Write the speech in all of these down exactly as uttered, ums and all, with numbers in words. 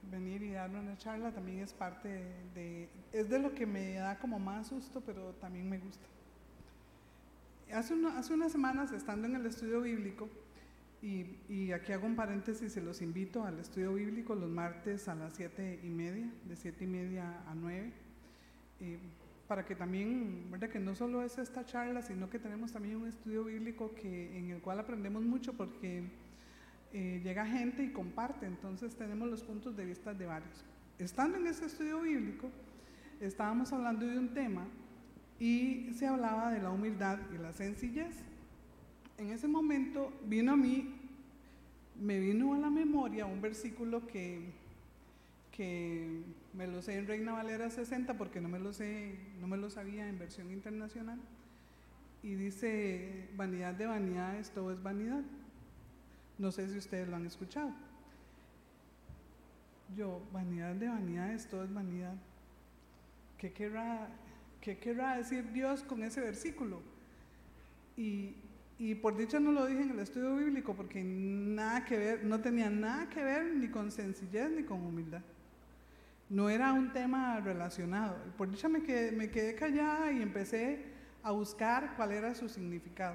venir y dar una charla también es parte de, de, es de lo que me da como más susto, pero también me gusta. Hace, una, hace unas semanas, estando en el estudio bíblico, y, y aquí hago un paréntesis, se los invito al estudio bíblico los martes a las siete y media, de siete y media a nueve, eh, para que también, ¿verdad?, que no solo es esta charla, sino que tenemos también un estudio bíblico que, en el cual aprendemos mucho, porque eh, llega gente y comparte, entonces tenemos los puntos de vista de varios. Estando en ese estudio bíblico, estábamos hablando de un tema y se hablaba de la humildad y la sencillez. En ese momento vino a mí, me vino a la memoria un versículo que, que me lo sé en Reina Valera sesenta, porque no me lo sé, no me lo sabía en versión internacional, y dice: vanidad de vanidades, todo es vanidad. No sé si ustedes lo han escuchado. Yo, vanidad de vanidades, todo es vanidad. ¿Qué querrá, qué querrá decir Dios con ese versículo? Y, y por dicho no lo dije en el estudio bíblico, porque nada que ver, no tenía nada que ver ni con sencillez ni con humildad. No era un tema relacionado. Por dicha me quedé, me quedé callada y empecé a buscar cuál era su significado.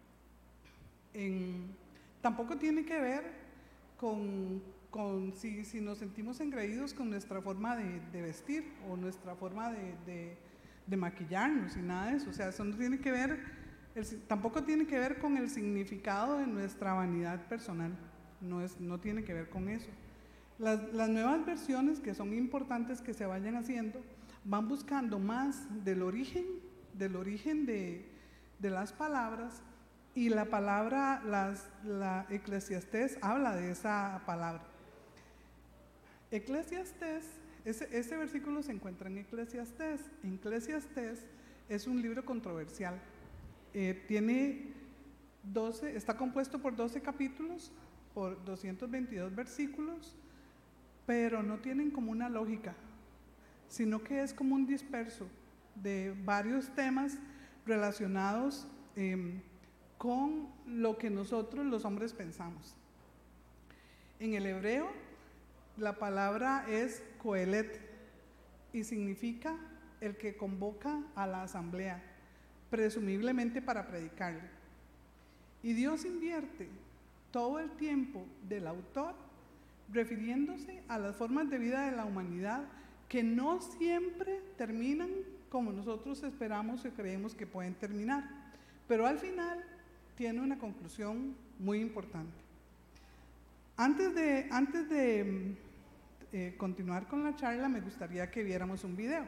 En, tampoco tiene que ver con, con si, si nos sentimos engreídos con nuestra forma de, de vestir o nuestra forma de, de, de maquillarnos y nada de eso. O sea, eso no tiene que ver, el, tampoco tiene que ver con el significado de nuestra vanidad personal. No, es, no tiene que ver con eso. Las, las nuevas versiones, que son importantes que se vayan haciendo, van buscando más del origen, del origen de, de las palabras, y la palabra, las, la Eclesiastés habla de esa palabra. Eclesiastés, ese, ese versículo se encuentra en Eclesiastés. Eclesiastés es un libro controversial. Eh, tiene doce, está compuesto por doce capítulos, por doscientos veintidós versículos, pero no tienen como una lógica, sino que es como un disperso de varios temas relacionados eh, con lo que nosotros los hombres pensamos. En el hebreo, la palabra es coelet y significa el que convoca a la asamblea, presumiblemente para predicarle. Y Dios invierte todo el tiempo del autor refiriéndose a las formas de vida de la humanidad que no siempre terminan como nosotros esperamos y creemos que pueden terminar, pero al final tiene una conclusión muy importante. Antes de, antes de eh, continuar con la charla, me gustaría que viéramos un video.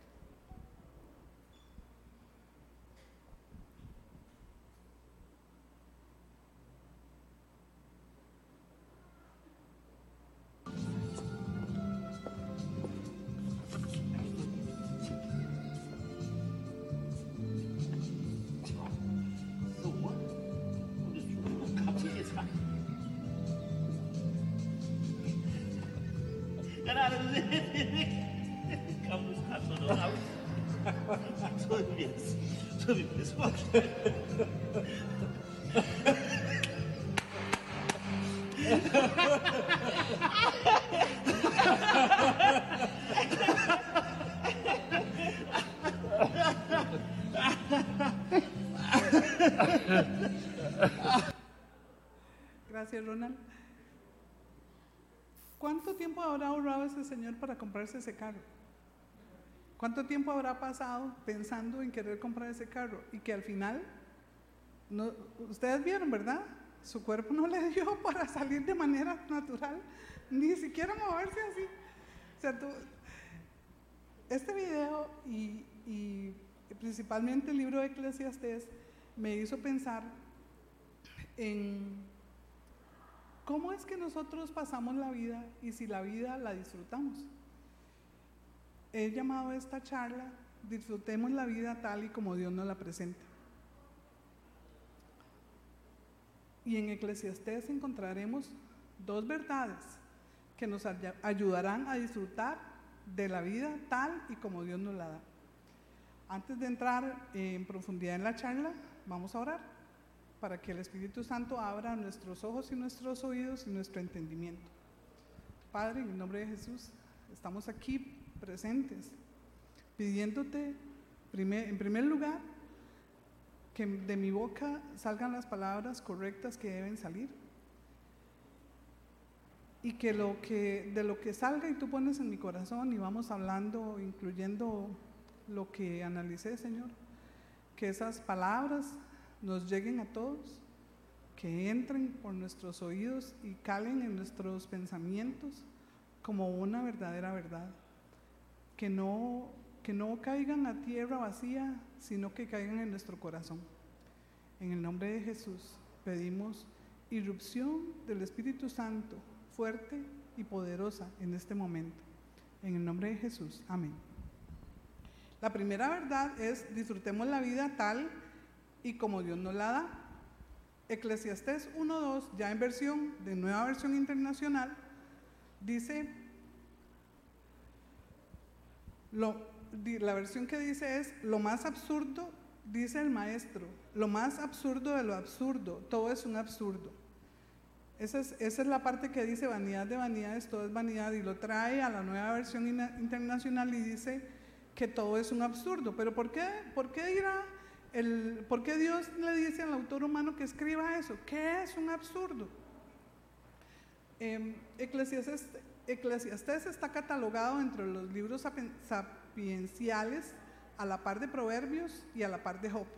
Gracias, Ronald. ¿Cuánto tiempo habrá ahorrado ese señor para comprarse ese carro? ¿Cuánto tiempo habrá pasado pensando en querer comprar ese carro? Y que al final, no, ustedes vieron, ¿verdad? Su cuerpo no le dio para salir de manera natural, ni siquiera moverse así. O sea, tú, este video y, y principalmente el libro de Eclesiastés me hizo pensar en cómo es que nosotros pasamos la vida y si la vida la disfrutamos. He llamado a esta charla "Disfrutemos la vida tal y como Dios nos la presenta". Y en Eclesiastés encontraremos dos verdades que nos ayudarán a disfrutar de la vida tal y como Dios nos la da. Antes de entrar en profundidad en la charla, vamos a orar para que el Espíritu Santo abra nuestros ojos y nuestros oídos y nuestro entendimiento. Padre, en el nombre de Jesús, estamos aquí presentes, pidiéndote, primer, en primer lugar, que de mi boca salgan las palabras correctas que deben salir, y que, lo que de lo que salga y tú pones en mi corazón y vamos hablando, incluyendo lo que analicé, Señor, que esas palabras nos lleguen a todos, que entren por nuestros oídos y calen en nuestros pensamientos como una verdadera verdad, que no, que no caigan a tierra vacía, sino que caigan en nuestro corazón. En el nombre de Jesús pedimos irrupción del Espíritu Santo, fuerte y poderosa en este momento. En el nombre de Jesús, amén. La primera verdad es: disfrutemos la vida tal y como Dios nos la da. Eclesiastés uno dos, ya en versión de Nueva Versión Internacional, dice, lo, la versión que dice es: lo más absurdo, dice el maestro, lo más absurdo de lo absurdo, todo es un absurdo. Esa es, esa es la parte que dice vanidad de vanidades, todo es vanidad, y lo trae a la Nueva Versión Internacional y dice que todo es un absurdo. Pero ¿por qué, por qué dirá el, por qué Dios le dice al autor humano que escriba eso? ¿Qué es un absurdo? Eh, Eclesiastés, Eclesiastés está catalogado entre los libros sapienciales a la par de Proverbios y a la par de Job.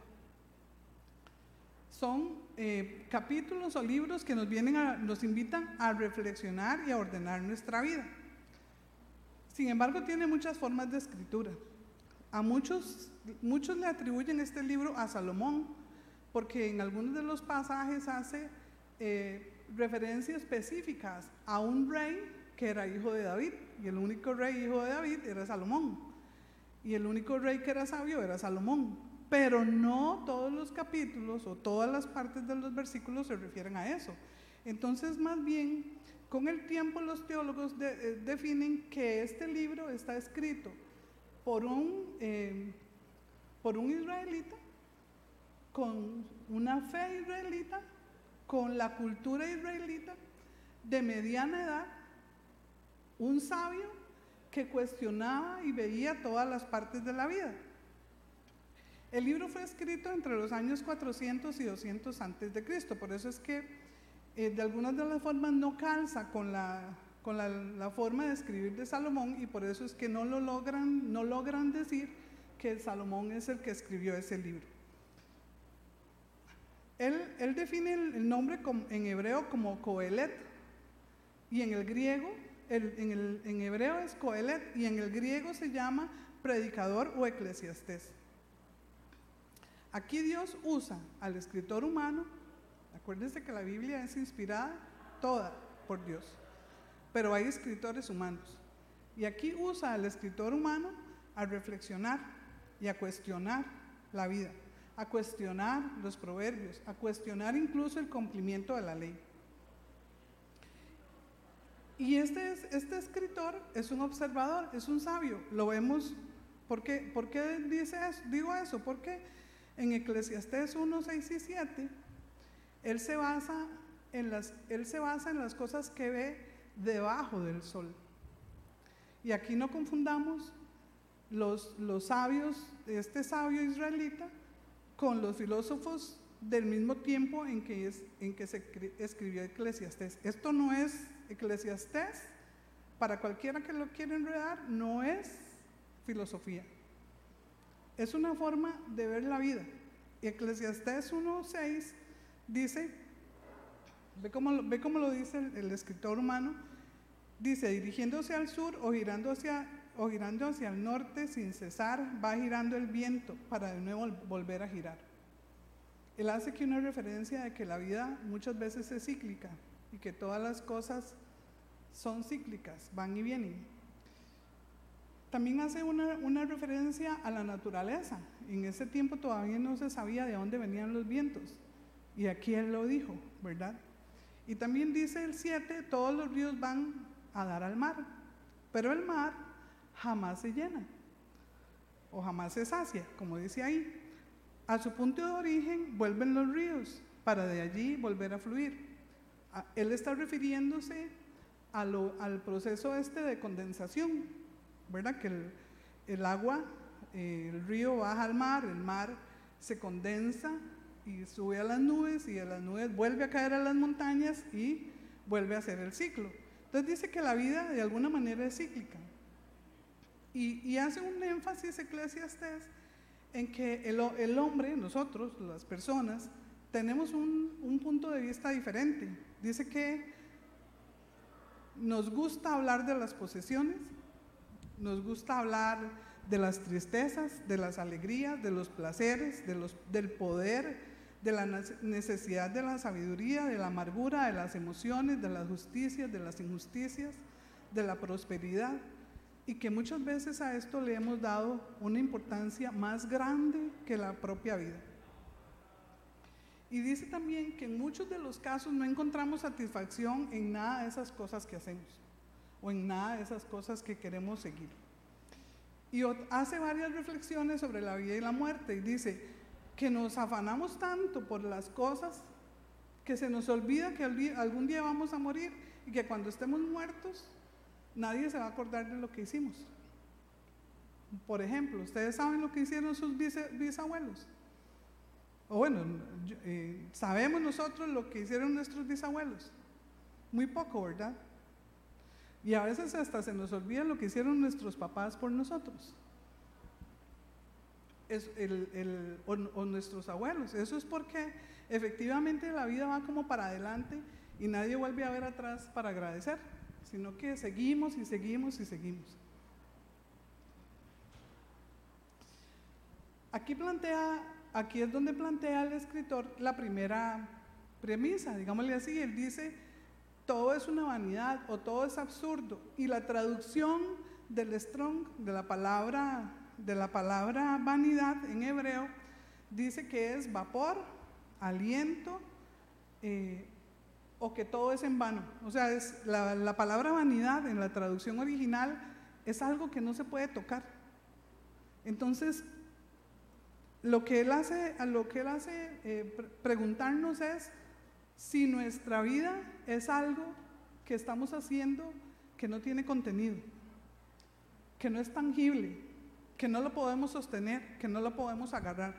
Son eh, capítulos o libros que nos, vienen a, nos invitan a reflexionar y a ordenar nuestra vida. Sin embargo, tiene muchas formas de escritura. A muchos, muchos le atribuyen este libro a Salomón, porque en algunos de los pasajes hace eh, referencias específicas a un rey que era hijo de David, y el único rey hijo de David era Salomón, y el único rey que era sabio era Salomón. Pero no todos los capítulos o todas las partes de los versículos se refieren a eso. Entonces, más bien, con el tiempo los teólogos de, eh, definen que este libro está escrito por un, eh, por un israelita, con una fe israelita, con la cultura israelita, de mediana edad, un sabio que cuestionaba y veía todas las partes de la vida. El libro fue escrito entre los años cuatrocientos y doscientos antes de Cristo, por eso es que eh, de algunas de las formas no calza con, la, con la, la forma de escribir de Salomón, y por eso es que no lo logran, no logran decir que Salomón es el que escribió ese libro. Él, él define el, el nombre com, en hebreo como Coelet, y en el griego, el, en, el, en hebreo es Coelet, y en el griego se llama predicador o eclesiastés. Aquí Dios usa al escritor humano. Acuérdense que la Biblia es inspirada toda por Dios, pero hay escritores humanos, y aquí usa al escritor humano a reflexionar y a cuestionar la vida, a cuestionar los proverbios, a cuestionar incluso el cumplimiento de la ley. Y este, es, este escritor es un observador, es un sabio. Lo vemos. ¿Por qué, ¿Por qué dice eso? Digo eso porque en Eclesiastés uno, seis y siete, él se basa en las, él se basa en las cosas que ve debajo del sol. Y aquí no confundamos los, los sabios, este sabio israelita, con los filósofos del mismo tiempo en que, es, en que se escribió Eclesiastés. Esto no es Eclesiastés, para cualquiera que lo quiera enredar, no es filosofía. Es una forma de ver la vida. Y Eclesiastés uno seis dice, ve cómo, ve cómo lo dice el, el escritor humano, dice: dirigiéndose al sur o girando, hacia, o girando hacia el norte sin cesar, va girando el viento para de nuevo volver a girar. Él hace aquí una referencia de que la vida muchas veces es cíclica y que todas las cosas son cíclicas, van y vienen. También hace una, una referencia a la naturaleza. En ese tiempo todavía no se sabía de dónde venían los vientos, y aquí él lo dijo, ¿verdad? Y también dice el siete: todos los ríos van a dar al mar, pero el mar jamás se llena o jamás se sacia, como dice ahí. A su punto de origen vuelven los ríos para de allí volver a fluir. Él está refiriéndose a lo, al proceso este de condensación, ¿verdad? Que el, el agua, eh, el río baja al mar, el mar se condensa y sube a las nubes, y de las nubes vuelve a caer a las montañas y vuelve a hacer el ciclo. Entonces dice que la vida de alguna manera es cíclica. Y, y hace un énfasis Eclesiastés en que el, el hombre, nosotros, las personas, tenemos un, un punto de vista diferente. Dice que nos gusta hablar de las posesiones, nos gusta hablar de las tristezas, de las alegrías, de los placeres, de los, del poder, de la necesidad de la sabiduría, de la amargura, de las emociones, de las justicias, de las injusticias, de la prosperidad, y que muchas veces a esto le hemos dado una importancia más grande que la propia vida. Y dice también que en muchos de los casos no encontramos satisfacción en nada de esas cosas que hacemos, o en nada de esas cosas que queremos seguir. Y hace varias reflexiones sobre la vida y la muerte, y dice que nos afanamos tanto por las cosas que se nos olvida que algún día vamos a morir, y que cuando estemos muertos nadie se va a acordar de lo que hicimos. Por ejemplo, ¿ustedes saben lo que hicieron sus bisabuelos? O bueno, eh, sabemos nosotros lo que hicieron nuestros bisabuelos. Muy poco, ¿verdad? Y a veces hasta se nos olvida lo que hicieron nuestros papás por nosotros. Es el, el, o, o nuestros abuelos. Eso es porque efectivamente la vida va como para adelante y nadie vuelve a ver atrás para agradecer, sino que seguimos y seguimos y seguimos. Aquí plantea, aquí es donde plantea el escritor la primera premisa, digámosle así. Él dice: todo es una vanidad o todo es absurdo. Y la traducción del Strong, de la palabra, de la palabra vanidad en hebreo, dice que es vapor, aliento, eh, o que todo es en vano. O sea, es la, la palabra vanidad en la traducción original es algo que no se puede tocar. Entonces, lo que él hace, lo que él hace eh, pre preguntarnos es si nuestra vida es algo que estamos haciendo que no tiene contenido, que no es tangible, que no lo podemos sostener, que no lo podemos agarrar.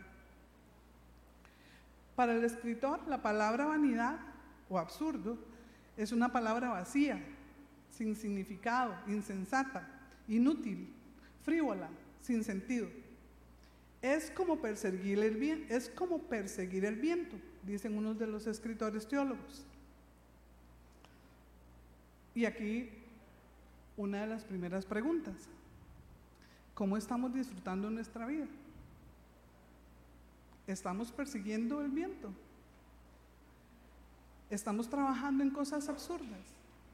Para el escritor, la palabra vanidad o absurdo es una palabra vacía, sin significado, insensata, inútil, frívola, sin sentido. Es como perseguir el viento, es como perseguir el viento, dicen unos de los escritores teólogos. Y aquí una de las primeras preguntas: ¿cómo estamos disfrutando nuestra vida? ¿Estamos persiguiendo el viento? ¿Estamos trabajando en cosas absurdas?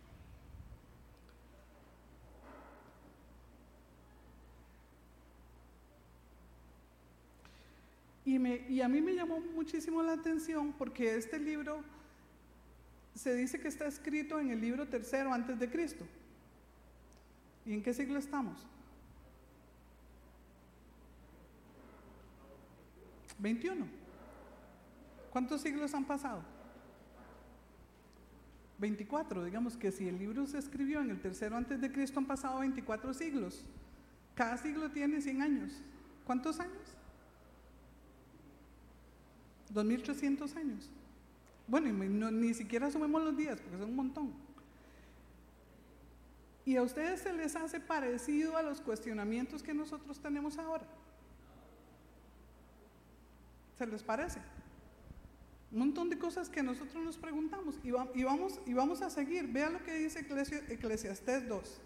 Y, me, y a mí me llamó muchísimo la atención porque este libro se dice que está escrito en el libro tercero antes de Cristo. ¿Y en qué siglo estamos? veintiuno. ¿Cuántos siglos han pasado? veinticuatro. Digamos que si el libro se escribió en el tercero antes de Cristo, han pasado veinticuatro siglos. Cada siglo tiene cien años. ¿Cuántos años? dos mil trescientos años. Bueno, no, ni siquiera sumemos los días, porque son un montón. ¿Y a ustedes se les hace parecido a los cuestionamientos que nosotros tenemos ahora? ¿Se les parece? Un montón de cosas que nosotros nos preguntamos y, va, y, vamos, y vamos a seguir. Vea lo que dice Eclesiastés dos.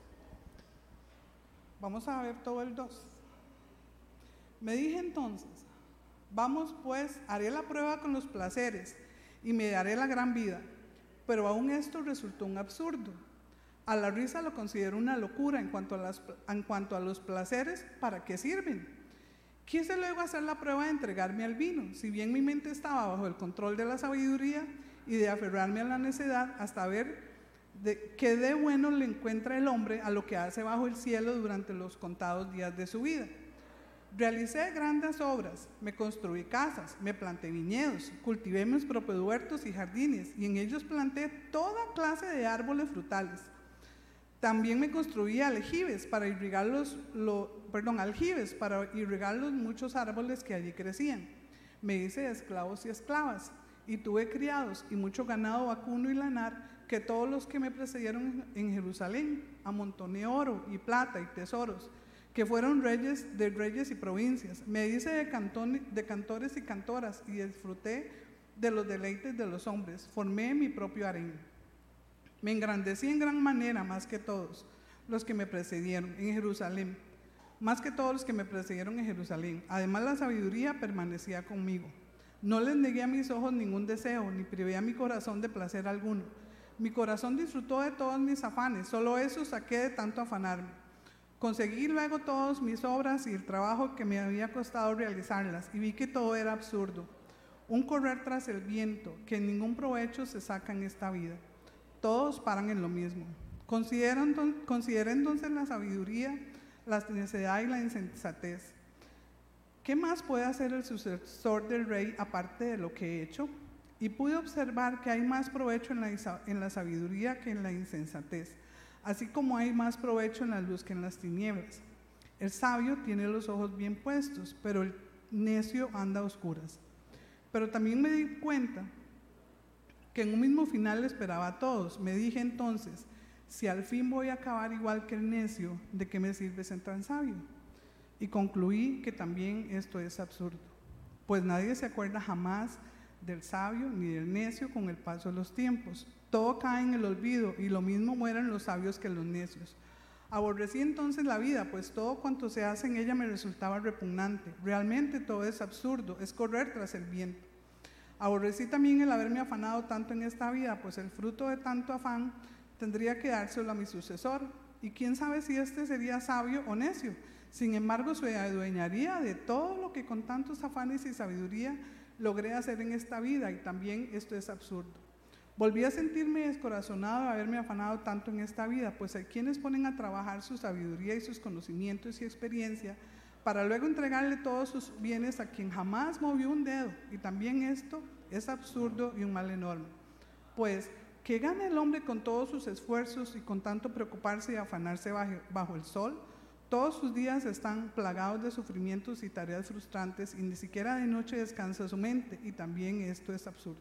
Vamos a ver todo el dos. Me dije entonces: vamos pues, haré la prueba con los placeres y me daré la gran vida. Pero aún esto resultó un absurdo. A la risa lo considero una locura. En cuanto a, las, en cuanto a los placeres, ¿para qué sirven? Quise luego hacer la prueba de entregarme al vino, si bien mi mente estaba bajo el control de la sabiduría, y de aferrarme a la necedad hasta ver de, qué de bueno le encuentra el hombre a lo que hace bajo el cielo durante los contados días de su vida. Realicé grandes obras, me construí casas, me planté viñedos, cultivé mis propios huertos y jardines, y en ellos planté toda clase de árboles frutales. También me construía aljibes para irrigar los, lo, perdón, aljibes para irrigar los muchos árboles que allí crecían. Me hice de esclavos y esclavas, y tuve criados y mucho ganado vacuno y lanar, que todos los que me precedieron en Jerusalén. Amontoné oro y plata y tesoros, que fueron reyes de reyes y provincias. Me hice de, cantón, de cantores y cantoras, y disfruté de los deleites de los hombres. Formé mi propio harén. Me engrandecí en gran manera más que todos los que me precedieron en Jerusalén, más que todos los que me precedieron en Jerusalén. Además, la sabiduría permanecía conmigo. No les negué a mis ojos ningún deseo, ni privé a mi corazón de placer alguno. Mi corazón disfrutó de todos mis afanes, solo eso saqué de tanto afanarme. Conseguí luego todas mis obras y el trabajo que me había costado realizarlas, y vi que todo era absurdo, un correr tras el viento, que ningún provecho se saca en esta vida. Todos paran en lo mismo. Considera entonces la sabiduría, la necedad y la insensatez. ¿Qué más puede hacer el sucesor del rey aparte de lo que he hecho? Y pude observar que hay más provecho en la, en la sabiduría que en la insensatez, así como hay más provecho en la luz que en las tinieblas. El sabio tiene los ojos bien puestos, pero el necio anda a oscuras. Pero también me di cuenta que en un mismo final esperaba a todos. Me dije entonces, si al fin voy a acabar igual que el necio, ¿de qué me sirve ser tan sabio? Y concluí que también esto es absurdo, pues nadie se acuerda jamás del sabio ni del necio con el paso de los tiempos. Todo cae en el olvido, y lo mismo mueren los sabios que los necios. Aborrecí entonces la vida, pues todo cuanto se hace en ella me resultaba repugnante. Realmente todo es absurdo, es correr tras el viento. Aborrecí también el haberme afanado tanto en esta vida, pues el fruto de tanto afán tendría que dárselo a mi sucesor, y quién sabe si éste sería sabio o necio. Sin embargo, se adueñaría de todo lo que con tantos afanes y sabiduría logré hacer en esta vida, y también esto es absurdo. Volví a sentirme descorazonado de haberme afanado tanto en esta vida, pues hay quienes ponen a trabajar su sabiduría y sus conocimientos y experiencia para luego entregarle todos sus bienes a quien jamás movió un dedo, y también esto es absurdo y un mal enorme. Pues, ¿qué gana el hombre con todos sus esfuerzos y con tanto preocuparse y afanarse bajo, bajo el sol? Todos sus días están plagados de sufrimientos y tareas frustrantes, y ni siquiera de noche descansa su mente, y también esto es absurdo.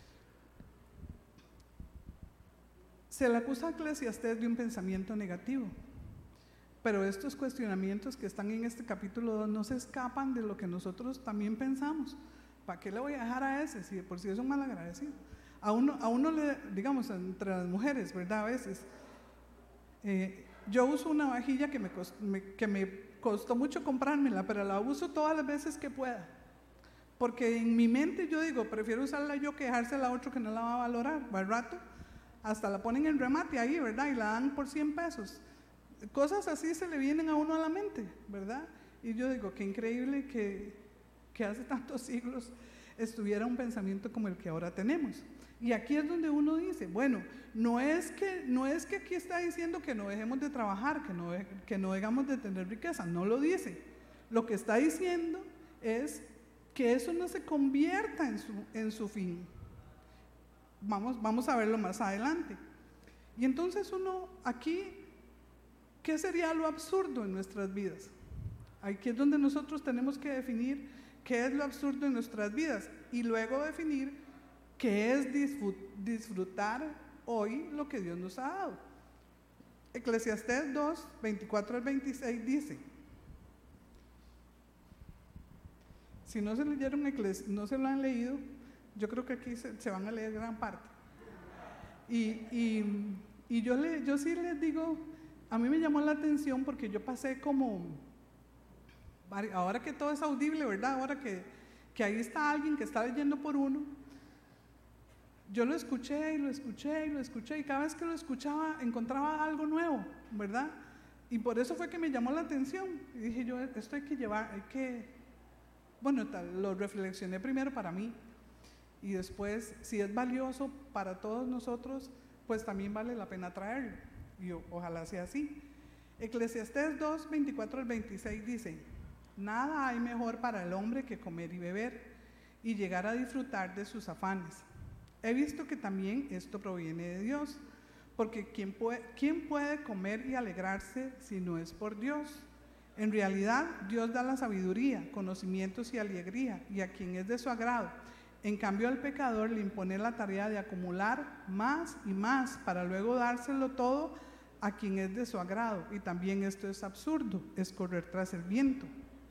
Se le acusa a Eclesiastés de un pensamiento negativo, pero estos cuestionamientos que están en este capítulo dos no se escapan de lo que nosotros también pensamos. ¿Para qué le voy a dejar a ese si de por sí es un malagradecido? A uno, a uno le, digamos, entre las mujeres, ¿verdad? A veces, eh, yo uso una vajilla que me, cost, me, que me costó mucho comprármela, pero la uso todas las veces que pueda. Porque en mi mente yo digo, prefiero usarla yo que dejársela a otro que no la va a valorar. Va al rato, hasta la ponen en remate ahí, ¿verdad? Y la dan por cien pesos. Cosas así se le vienen a uno a la mente, ¿verdad? Y yo digo, qué increíble que, que hace tantos siglos estuviera un pensamiento como el que ahora tenemos. Y aquí es donde uno dice, bueno, no es que, no es que aquí está diciendo que no dejemos de trabajar, que no, que no dejamos de tener riqueza, no lo dice. Lo que está diciendo es que eso no se convierta en su, en su fin. Vamos, vamos a verlo más adelante. Y entonces uno aquí, ¿qué sería lo absurdo en nuestras vidas? Aquí es donde nosotros tenemos que definir qué es lo absurdo en nuestras vidas, y luego definir qué es disfrutar hoy lo que Dios nos ha dado. Eclesiastés dos, veinticuatro al veintiséis dice, si no se leyeron no se lo han leído, yo creo que aquí se, se van a leer gran parte. Y, y, y yo, le, yo sí les digo, a mí me llamó la atención porque yo pasé como, ahora que todo es audible, ¿verdad? Ahora que, que ahí está alguien que está leyendo por uno, yo lo escuché y lo escuché y lo escuché, y cada vez que lo escuchaba encontraba algo nuevo, ¿verdad? Y por eso fue que me llamó la atención. Y dije yo, esto hay que llevar, hay que, bueno, tal, lo reflexioné primero para mí, y después, si es valioso para todos nosotros, pues también vale la pena traerlo, y o, ojalá sea así. Eclesiastés dos, veinticuatro al veintiséis dice, nada hay mejor para el hombre que comer y beber, y llegar a disfrutar de sus afanes. He visto que también esto proviene de Dios, porque ¿quién puede, ¿quién puede comer y alegrarse si no es por Dios? En realidad, Dios da la sabiduría, conocimientos y alegría, y a quien es de su agrado. En cambio, al pecador le impone la tarea de acumular más y más para luego dárselo todo a quien es de su agrado. Y también esto es absurdo, es correr tras el viento.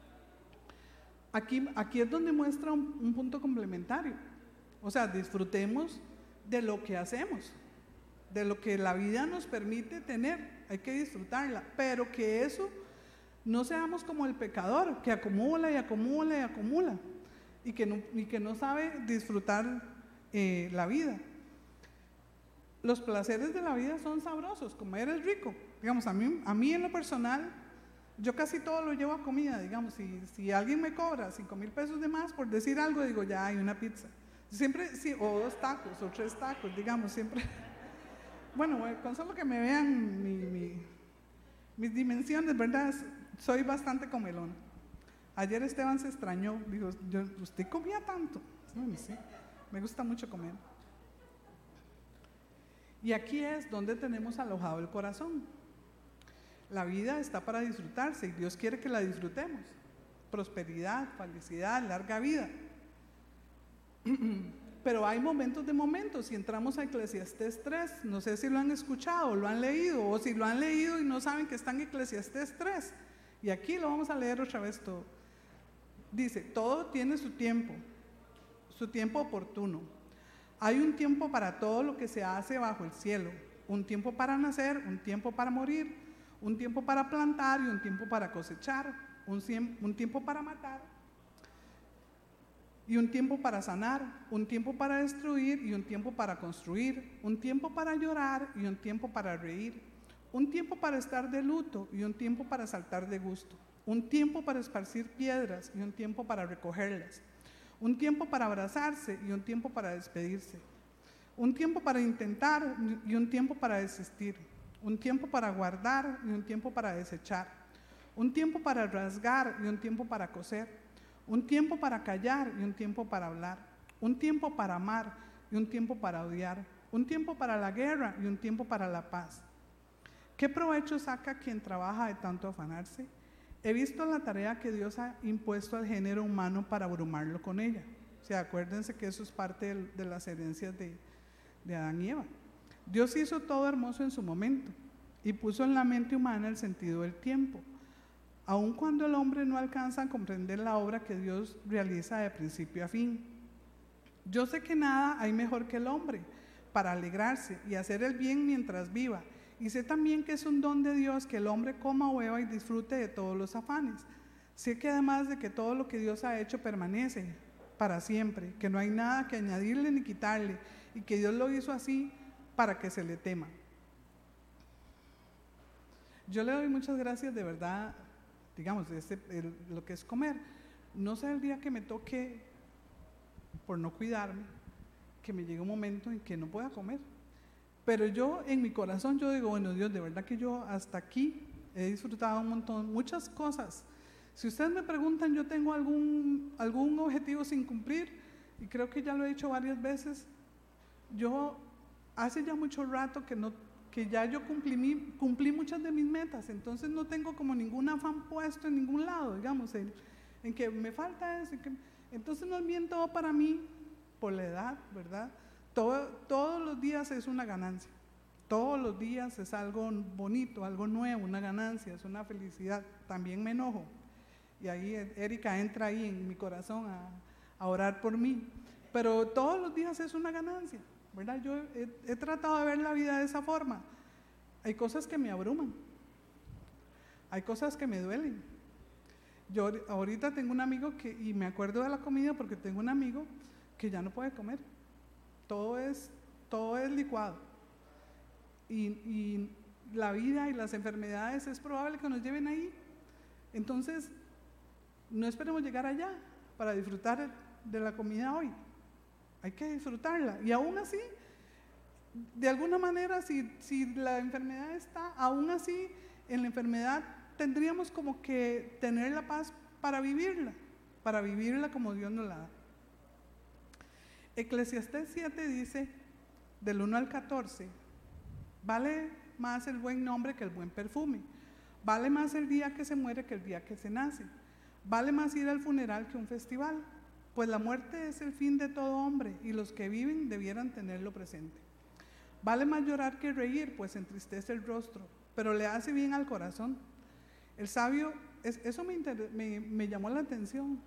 Aquí, aquí es donde muestra un, un punto complementario. O sea, disfrutemos de lo que hacemos, de lo que la vida nos permite tener, hay que disfrutarla, pero que eso no seamos como el pecador, que acumula y acumula y acumula, y que no, y que no sabe disfrutar eh, la vida. Los placeres de la vida son sabrosos, comer es rico. Digamos, a mí, a mí en lo personal, yo casi todo lo llevo a comida, digamos, si, si alguien me cobra cinco mil pesos de más por decir algo, digo, ya hay una pizza. Siempre, sí, o dos tacos, o tres tacos, digamos, siempre. Bueno, con solo que me vean mi, mi, mis dimensiones, ¿verdad? Soy bastante comelona. Ayer Esteban se extrañó, dijo, yo, ¿usted comía tanto? Bueno, sí, me gusta mucho comer. Y aquí es donde tenemos alojado el corazón. La vida está para disfrutarse y Dios quiere que la disfrutemos. Prosperidad, felicidad, larga vida. Pero hay momentos de momentos. Si entramos a Eclesiastés tres, no sé si lo han escuchado, lo han leído, o si lo han leído y no saben que está en Eclesiastés tres. Y aquí lo vamos a leer otra vez todo. Dice, todo tiene su tiempo, su tiempo oportuno. Hay un tiempo para todo lo que se hace bajo el cielo. Un tiempo para nacer, un tiempo para morir, un tiempo para plantar y un tiempo para cosechar, un, un tiempo para matar y un tiempo para sanar, un tiempo para destruir y un tiempo para construir, un tiempo para llorar y un tiempo para reír, un tiempo para estar de luto y un tiempo para saltar de gusto, un tiempo para esparcir piedras y un tiempo para recogerlas, un tiempo para abrazarse y un tiempo para despedirse, un tiempo para intentar y un tiempo para desistir, un tiempo para guardar y un tiempo para desechar, un tiempo para rasgar y un tiempo para coser, un tiempo para callar y un tiempo para hablar, un tiempo para amar y un tiempo para odiar, un tiempo para la guerra y un tiempo para la paz. ¿Qué provecho saca quien trabaja de tanto afanarse? He visto la tarea que Dios ha impuesto al género humano para abrumarlo con ella. O sea, acuérdense que eso es parte de, de las herencias de, de Adán y Eva. Dios hizo todo hermoso en su momento y puso en la mente humana el sentido del tiempo, aun cuando el hombre no alcanza a comprender la obra que Dios realiza de principio a fin. Yo sé que nada hay mejor que el hombre para alegrarse y hacer el bien mientras viva, y sé también que es un don de Dios que el hombre coma o beba y disfrute de todos los afanes. Sé que además de que todo lo que Dios ha hecho permanece para siempre, que no hay nada que añadirle ni quitarle, y que Dios lo hizo así para que se le tema. Yo le doy muchas gracias de verdad, digamos, de este, el, lo que es comer. No sé el día que me toque, por no cuidarme, que me llegue un momento en que no pueda comer. Pero yo, en mi corazón, yo digo, bueno, Dios, de verdad que yo hasta aquí he disfrutado un montón, muchas cosas. Si ustedes me preguntan, yo tengo algún, algún objetivo sin cumplir, y creo que ya lo he dicho varias veces, yo hace ya mucho rato que, no, que ya yo cumplí, cumplí muchas de mis metas, entonces no tengo como ningún afán puesto en ningún lado, digamos, en, en que me falta eso. Que, entonces no es bien todo para mí, por la edad, ¿verdad? Todo, todos los días es una ganancia, todos los días es algo bonito, algo nuevo, una ganancia, es una felicidad. También me enojo, y ahí Erika entra ahí en mi corazón a, a orar por mí, pero todos los días es una ganancia, ¿verdad? Yo he, he tratado de ver la vida de esa forma. Hay cosas que me abruman, hay cosas que me duelen. Yo ahorita tengo un amigo que, y me acuerdo de la comida porque tengo un amigo que ya no puede comer. Todo es, todo es licuado. Y, y la vida y las enfermedades es probable que nos lleven ahí. Entonces, no esperemos llegar allá para disfrutar de la comida hoy. Hay que disfrutarla. Y aún así, de alguna manera, si, si la enfermedad está, aún así, en la enfermedad tendríamos como que tener la paz para vivirla, para vivirla como Dios nos la da. Eclesiastés siete dice, del uno al catorce, Vale más el buen nombre que el buen perfume. Vale más el día que se muere que el día que se nace. Vale más ir al funeral que un festival. Pues la muerte es el fin de todo hombre y los que viven debieran tenerlo presente. Vale más llorar que reír, pues entristece el rostro, pero le hace bien al corazón. El sabio, es, eso me, inter, me, me llamó la atención.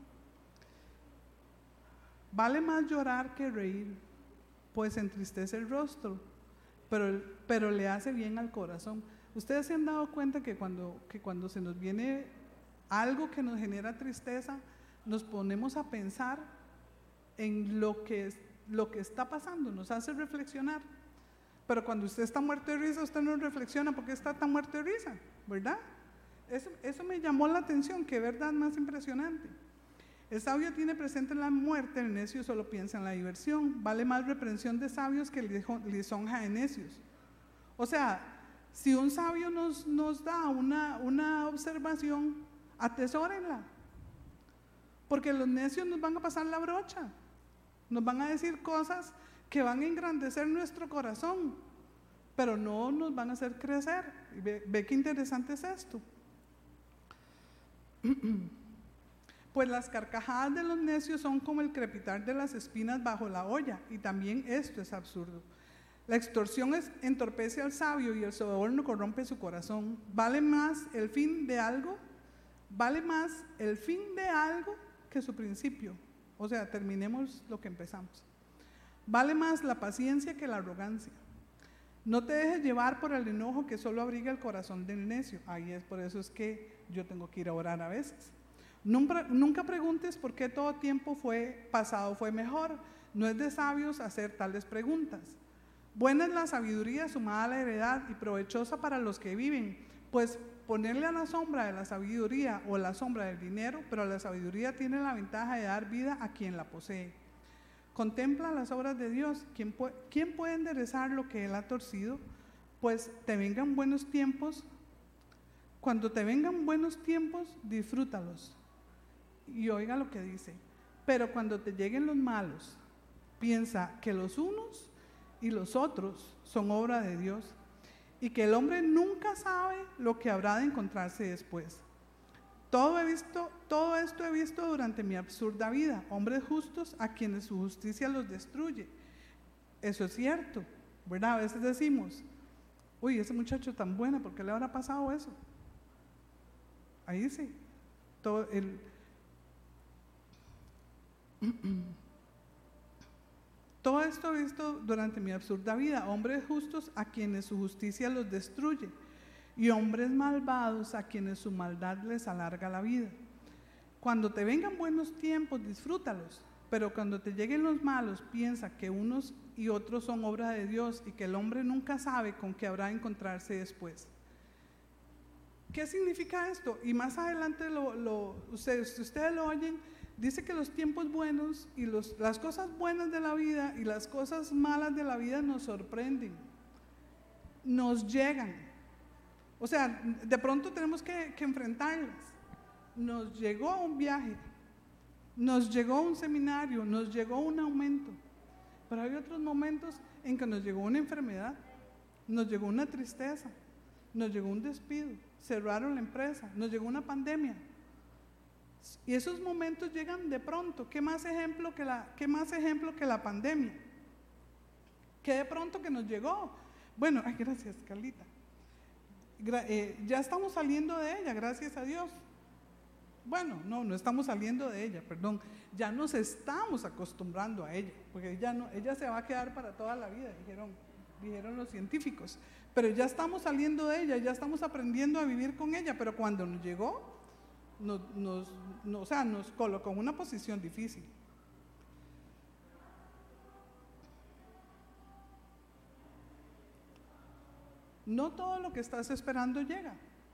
Vale más llorar que reír, pues entristece el rostro, pero, pero le hace bien al corazón. Ustedes se han dado cuenta que cuando, que cuando se nos viene algo que nos genera tristeza, nos ponemos a pensar en lo que, es, lo que está pasando, nos hace reflexionar. Pero cuando usted está muerto de risa, usted no reflexiona por qué está tan muerto de risa, ¿verdad? Eso, eso me llamó la atención, qué verdad más impresionante. El sabio tiene presente la muerte, el necio solo piensa en la diversión. Vale más reprensión de sabios que lisonja de necios. O sea, si un sabio nos, nos da una, una observación, atesórenla. Porque los necios nos van a pasar la brocha, nos van a decir cosas que van a engrandecer nuestro corazón, pero no nos van a hacer crecer. Ve, ve qué interesante es esto. Pues las carcajadas de los necios son como el crepitar de las espinas bajo la olla, y también esto es absurdo. La extorsión es, entorpece al sabio y el soborno corrompe su corazón. Vale más el fin de algo, vale más el fin de algo que su principio. O sea, terminemos lo que empezamos. Vale más la paciencia que la arrogancia. No te dejes llevar por el enojo que solo abriga el corazón del necio. Ahí es, por eso es que yo tengo que ir a orar a veces. Nunca, nunca preguntes por qué todo tiempo fue pasado fue mejor. No es de sabios hacer tales preguntas. Buena es la sabiduría sumada a la heredad y provechosa para los que viven, pues ponerle a la sombra de la sabiduría o la sombra del dinero, pero la sabiduría tiene la ventaja de dar vida a quien la posee. Contempla las obras de Dios. ¿Quién puede, ¿quién puede enderezar lo que Él ha torcido? Pues te vengan buenos tiempos. Cuando te vengan buenos tiempos, disfrútalos. Y oiga lo que dice. Pero cuando te lleguen los malos, piensa que los unos y los otros son obra de Dios, y que el hombre nunca sabe lo que habrá de encontrarse después. Todo, he visto, todo esto he visto durante mi absurda vida, hombres justos a quienes su justicia los destruye. Eso es cierto, ¿verdad? A veces decimos, uy, ese muchacho tan bueno, ¿por qué le habrá pasado eso? Ahí sí, todo el... Todo esto he visto durante mi absurda vida, hombres justos a quienes su justicia los destruye, y hombres malvados a quienes su maldad les alarga la vida. Cuando te vengan buenos tiempos, disfrútalos, pero cuando te lleguen los malos, piensa que unos y otros son obra de Dios y que el hombre nunca sabe con qué habrá de encontrarse después. ¿Qué significa esto? Y más adelante, lo, lo, ustedes, si ustedes lo oyen, dice que los tiempos buenos y los, las cosas buenas de la vida y las cosas malas de la vida nos sorprenden, nos llegan. O sea, de pronto tenemos que, que enfrentarlas. Nos llegó un viaje, nos llegó un seminario, nos llegó un aumento, pero hay otros momentos en que nos llegó una enfermedad, nos llegó una tristeza, nos llegó un despido, cerraron la empresa, nos llegó una pandemia. Y esos momentos llegan de pronto. ¿Qué más ejemplo que la, qué más ejemplo que la pandemia? ¿Qué de pronto que nos llegó? Bueno, ay, gracias, Carlita. Gra eh, ya estamos saliendo de ella, gracias a Dios. Bueno, no, no estamos saliendo de ella, perdón. Ya nos estamos acostumbrando a ella, porque ella, no, ella se va a quedar para toda la vida, dijeron, dijeron los científicos. Pero ya estamos saliendo de ella, ya estamos aprendiendo a vivir con ella, pero cuando nos llegó, Nos, nos, no, o sea, nos colocó en una posición difícil. No todo lo que estás esperando llega.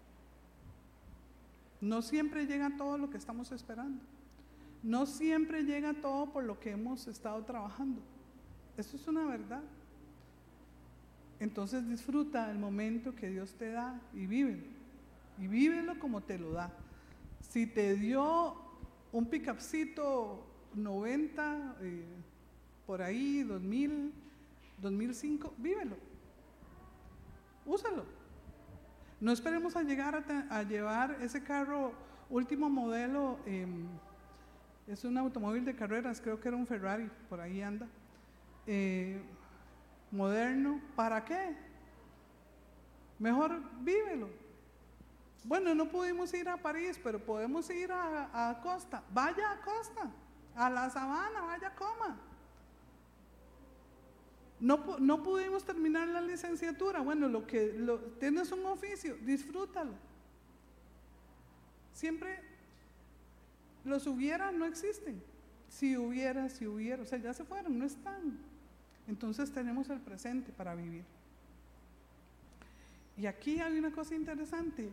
No siempre llega todo lo que estamos esperando. No siempre llega todo por lo que hemos estado trabajando. Eso es una verdad. Entonces disfruta el momento que Dios te da y vívelo. Y vívelo como te lo da. Si te dio un pick-upcito noventa, eh, por ahí, dos mil, dos mil cinco, vívelo. úsalo. No esperemos a llegar a, te, a llevar ese carro último modelo, eh, es un automóvil de carreras, creo que era un Ferrari, por ahí anda, eh, moderno. ¿Para qué? Mejor vívelo. Bueno, no pudimos ir a París, pero podemos ir a, a Costa. Vaya a Costa, a la sabana, vaya, coma. No, no pudimos terminar la licenciatura. Bueno, lo que lo, tienes un oficio, disfrútalo. Siempre los hubiera no existen. Si hubiera, si hubiera, o sea, ya se fueron, no están. Entonces tenemos el presente para vivir. Y aquí hay una cosa interesante.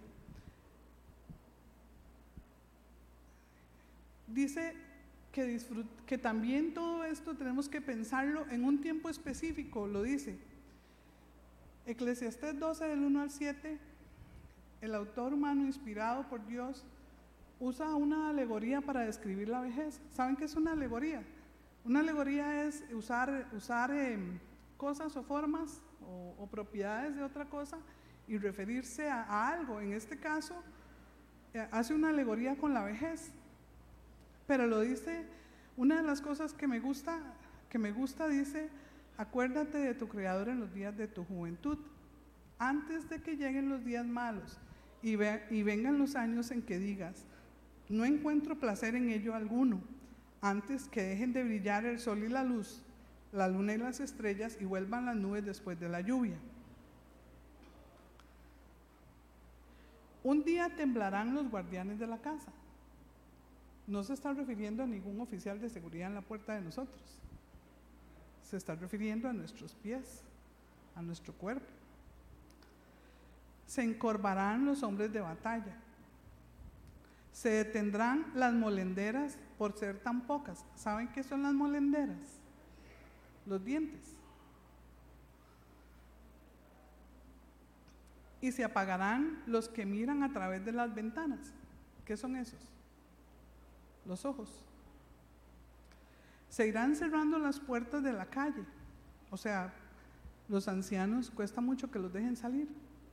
Dice que, disfrut, que también todo esto tenemos que pensarlo en un tiempo específico, lo dice. Eclesiastés doce, del uno al siete, el autor humano inspirado por Dios usa una alegoría para describir la vejez. ¿Saben qué es una alegoría? Una alegoría es usar, usar eh, cosas o formas o, o propiedades de otra cosa y referirse a, a algo. En este caso, eh, hace una alegoría con la vejez. Pero lo dice, una de las cosas que me gusta, que me gusta dice, acuérdate de tu Creador en los días de tu juventud, antes de que lleguen los días malos y, ve, y vengan los años en que digas, no encuentro placer en ello alguno, antes que dejen de brillar el sol y la luz, la luna y las estrellas, y vuelvan las nubes después de la lluvia. Un día temblarán los guardianes de la casa. No se está refiriendo a ningún oficial de seguridad en la puerta de nosotros. Se está refiriendo a nuestros pies, a nuestro cuerpo. Se encorvarán los hombres de batalla. Se detendrán las molenderas por ser tan pocas. ¿Saben qué son las molenderas? Los dientes. Y se apagarán los que miran a través de las ventanas. ¿Qué son esos? Los ojos. Se irán cerrando las puertas de la calle. O sea, los ancianos cuesta mucho que los dejen salir.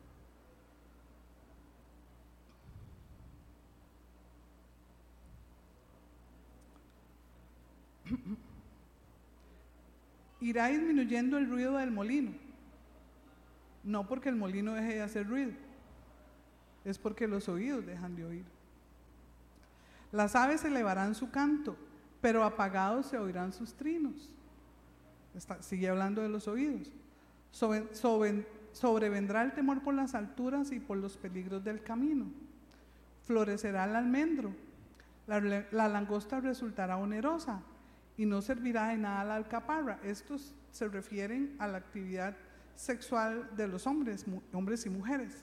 Irá disminuyendo el ruido del molino. No porque el molino deje de hacer ruido, es porque los oídos dejan de oír. Las aves elevarán su canto, pero apagados se oirán sus trinos. Está, sigue hablando de los oídos. Sobre, sobre, sobrevendrá el temor por las alturas y por los peligros del camino. Florecerá el almendro, la, la langosta resultará onerosa y no servirá de nada la alcaparra. Estos se refieren a la actividad sexual de los hombres, hombres y mujeres.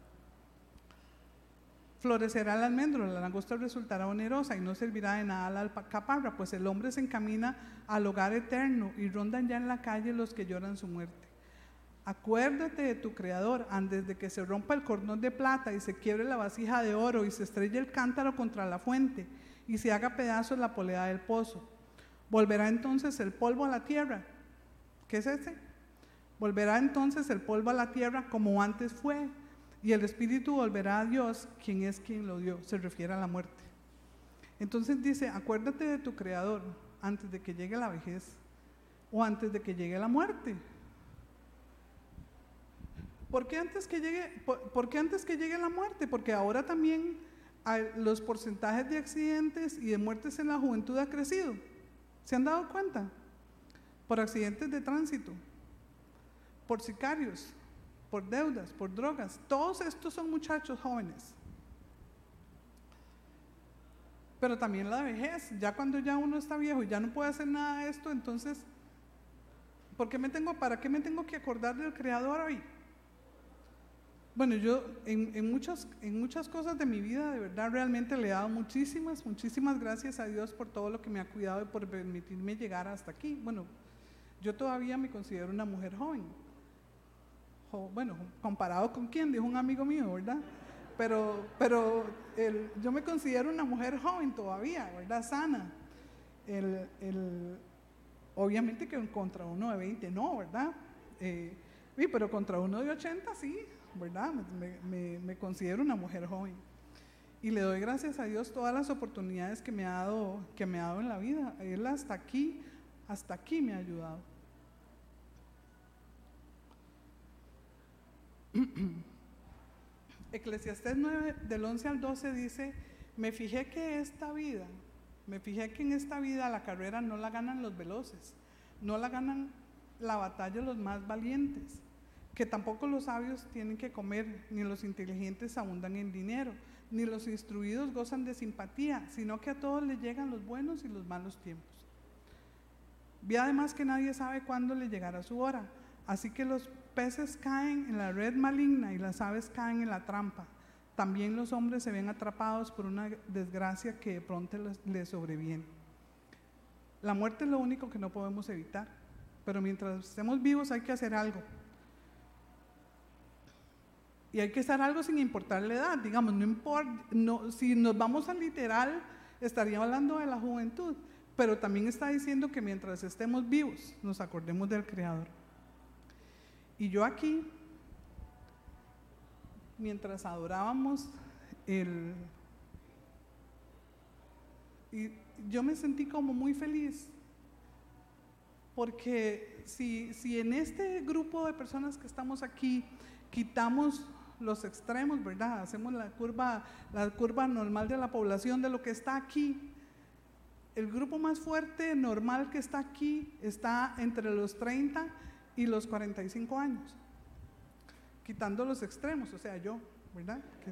Florecerá el almendro, la langosta resultará onerosa y no servirá de nada la alcaparra, pues el hombre se encamina al hogar eterno y rondan ya en la calle los que lloran su muerte. Acuérdate de tu Creador antes de que se rompa el cordón de plata y se quiebre la vasija de oro y se estrelle el cántaro contra la fuente y se haga pedazos la polea del pozo. Volverá entonces el polvo a la tierra. ¿Qué es ese? Volverá entonces el polvo a la tierra como antes fue, y el espíritu volverá a Dios, quien es quien lo dio. Se refiere a la muerte. Entonces dice, acuérdate de tu Creador antes de que llegue la vejez o antes de que llegue la muerte. ¿Por qué antes que llegue, por, por qué antes que llegue la muerte? Porque ahora también hay, los porcentajes de accidentes y de muertes en la juventud ha crecido. ¿Se han dado cuenta? Por accidentes de tránsito, por sicarios, por deudas, por drogas. Todos estos son muchachos jóvenes. Pero también la vejez, ya cuando ya uno está viejo y ya no puede hacer nada de esto, entonces, ¿por qué me tengo, ¿para qué me tengo que acordar del Creador hoy? Bueno, yo en, en, muchas, en muchas cosas de mi vida, de verdad, realmente le he dado muchísimas, muchísimas gracias a Dios por todo lo que me ha cuidado y por permitirme llegar hasta aquí. Bueno, yo todavía me considero una mujer joven. Jo, bueno, ¿comparado con quién? Dijo un amigo mío, ¿verdad? Pero, pero el, yo me considero una mujer joven todavía, ¿verdad? Sana. El, el, obviamente que contra uno de veinte, no, ¿verdad? Eh, Sí, pero contra uno de ochenta sí, ¿verdad? Me, me, me considero una mujer joven. Y le doy gracias a Dios todas las oportunidades que me ha dado, que me ha dado en la vida. Él hasta aquí, hasta aquí me ha ayudado. Eclesiastés nueve, del once al doce dice: me fijé que esta vida, me fijé que en esta vida la carrera no la ganan los veloces, no la ganan la batalla los más valientes, que tampoco los sabios tienen que comer, ni los inteligentes abundan en dinero, ni los instruidos gozan de simpatía, sino que a todos les llegan los buenos y los malos tiempos. Vi además que nadie sabe cuándo le llegará su hora, así que los peces caen en la red maligna y las aves caen en la trampa. También los hombres se ven atrapados por una desgracia que de pronto les, les sobreviene. La muerte es lo único que no podemos evitar, pero mientras estemos vivos hay que hacer algo. Y hay que hacer algo sin importar la edad, digamos, no importa, no, si nos vamos al literal, estaría hablando de la juventud, pero también está diciendo que mientras estemos vivos, nos acordemos del Creador. Y yo aquí, mientras adorábamos el... Y yo me sentí como muy feliz, porque si, si en este grupo de personas que estamos aquí quitamos los extremos, ¿verdad? Hacemos la curva, la curva normal de la población de lo que está aquí. El grupo más fuerte, normal que está aquí, está entre los treinta y los cuarenta y cinco años. Quitando los extremos, o sea, yo, ¿verdad? Que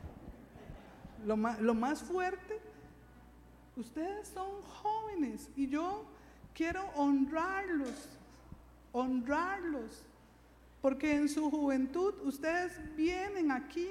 lo, más, lo más fuerte, ustedes son jóvenes y yo quiero honrarlos, honrarlos. Porque en su juventud ustedes vienen aquí,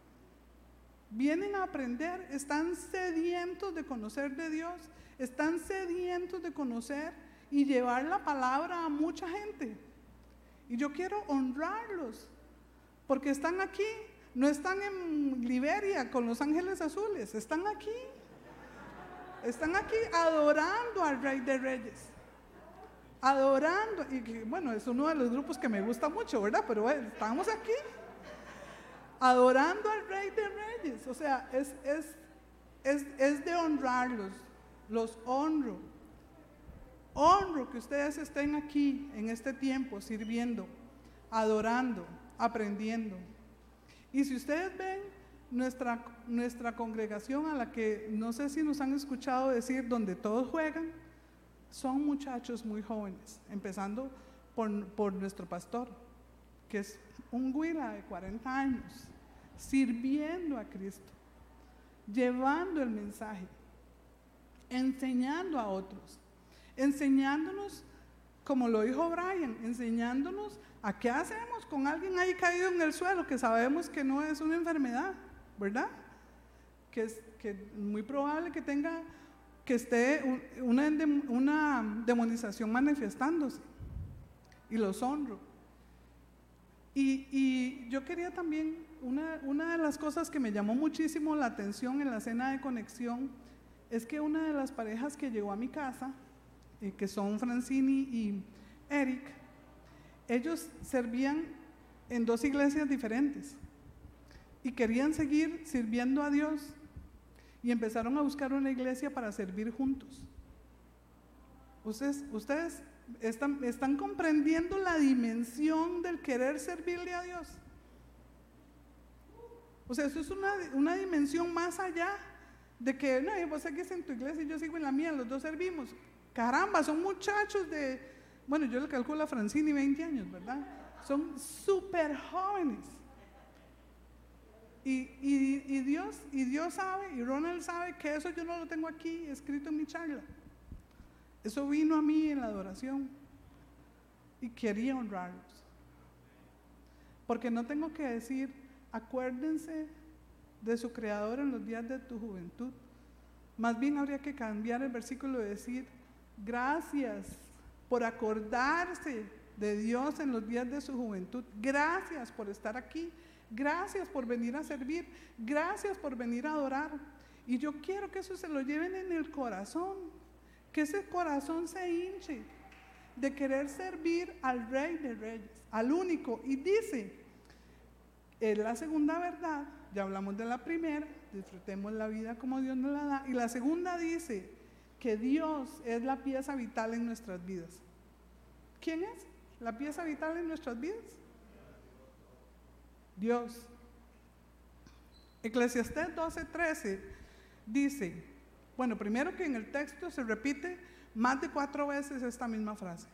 vienen a aprender, están sedientos de conocer de Dios, están sedientos de conocer y llevar la palabra a mucha gente. Y yo quiero honrarlos, porque están aquí, no están en Liberia con los ángeles azules, están aquí, están aquí adorando al Rey de Reyes. Adorando, y que, bueno, es uno de los grupos que me gusta mucho, ¿verdad? Pero bueno, estamos aquí adorando al Rey de Reyes, o sea, es, es, es, es de honrarlos, los honro, honro que ustedes estén aquí en este tiempo sirviendo, adorando, aprendiendo. Y si ustedes ven nuestra, nuestra congregación, a la que no sé si nos han escuchado decir, donde todos juegan, son muchachos muy jóvenes, empezando por, por nuestro pastor, que es un güila de cuarenta años, sirviendo a Cristo, llevando el mensaje, enseñando a otros, enseñándonos, como lo dijo Brian, enseñándonos a qué hacemos con alguien ahí caído en el suelo, que sabemos que no es una enfermedad, ¿verdad? Que es que muy probable que tenga que esté una, una demonización manifestándose, y los honro. Y, y yo quería también, una, una de las cosas que me llamó muchísimo la atención en la cena de conexión, es que una de las parejas que llegó a mi casa, eh, que son Francini y Eric, ellos servían en dos iglesias diferentes, y querían seguir sirviendo a Dios, y empezaron a buscar una iglesia para servir juntos. Ustedes, ustedes están, están comprendiendo la dimensión del querer servirle a Dios. O sea, eso es una, una dimensión más allá de que, no, vos seguís en tu iglesia y yo sigo en la mía, los dos servimos. Caramba, son muchachos de, bueno, yo le calculo a Francini veinte años, ¿verdad? Son súper jóvenes. Y, y, y, Dios, y Dios sabe, y Ronald sabe que eso yo no lo tengo aquí escrito en mi charla. Eso vino a mí en la adoración. Y quería honrarlos. Porque no tengo que decir, acuérdense de su Creador en los días de tu juventud. Más bien habría que cambiar el versículo y decir, gracias por acordarse de Dios en los días de su juventud. Gracias por estar aquí. Gracias por venir a servir, gracias por venir a adorar. Y yo quiero que eso se lo lleven en el corazón, que ese corazón se hinche de querer servir al Rey de Reyes, al único. Y dice, es la segunda verdad, ya hablamos de la primera, disfrutemos la vida como Dios nos la da. Y la segunda dice que Dios es la pieza vital en nuestras vidas. ¿Quién es la pieza vital en nuestras vidas? Dios. Eclesiastés doce trece dice, bueno, primero que en el texto se repite más de cuatro veces esta misma frase.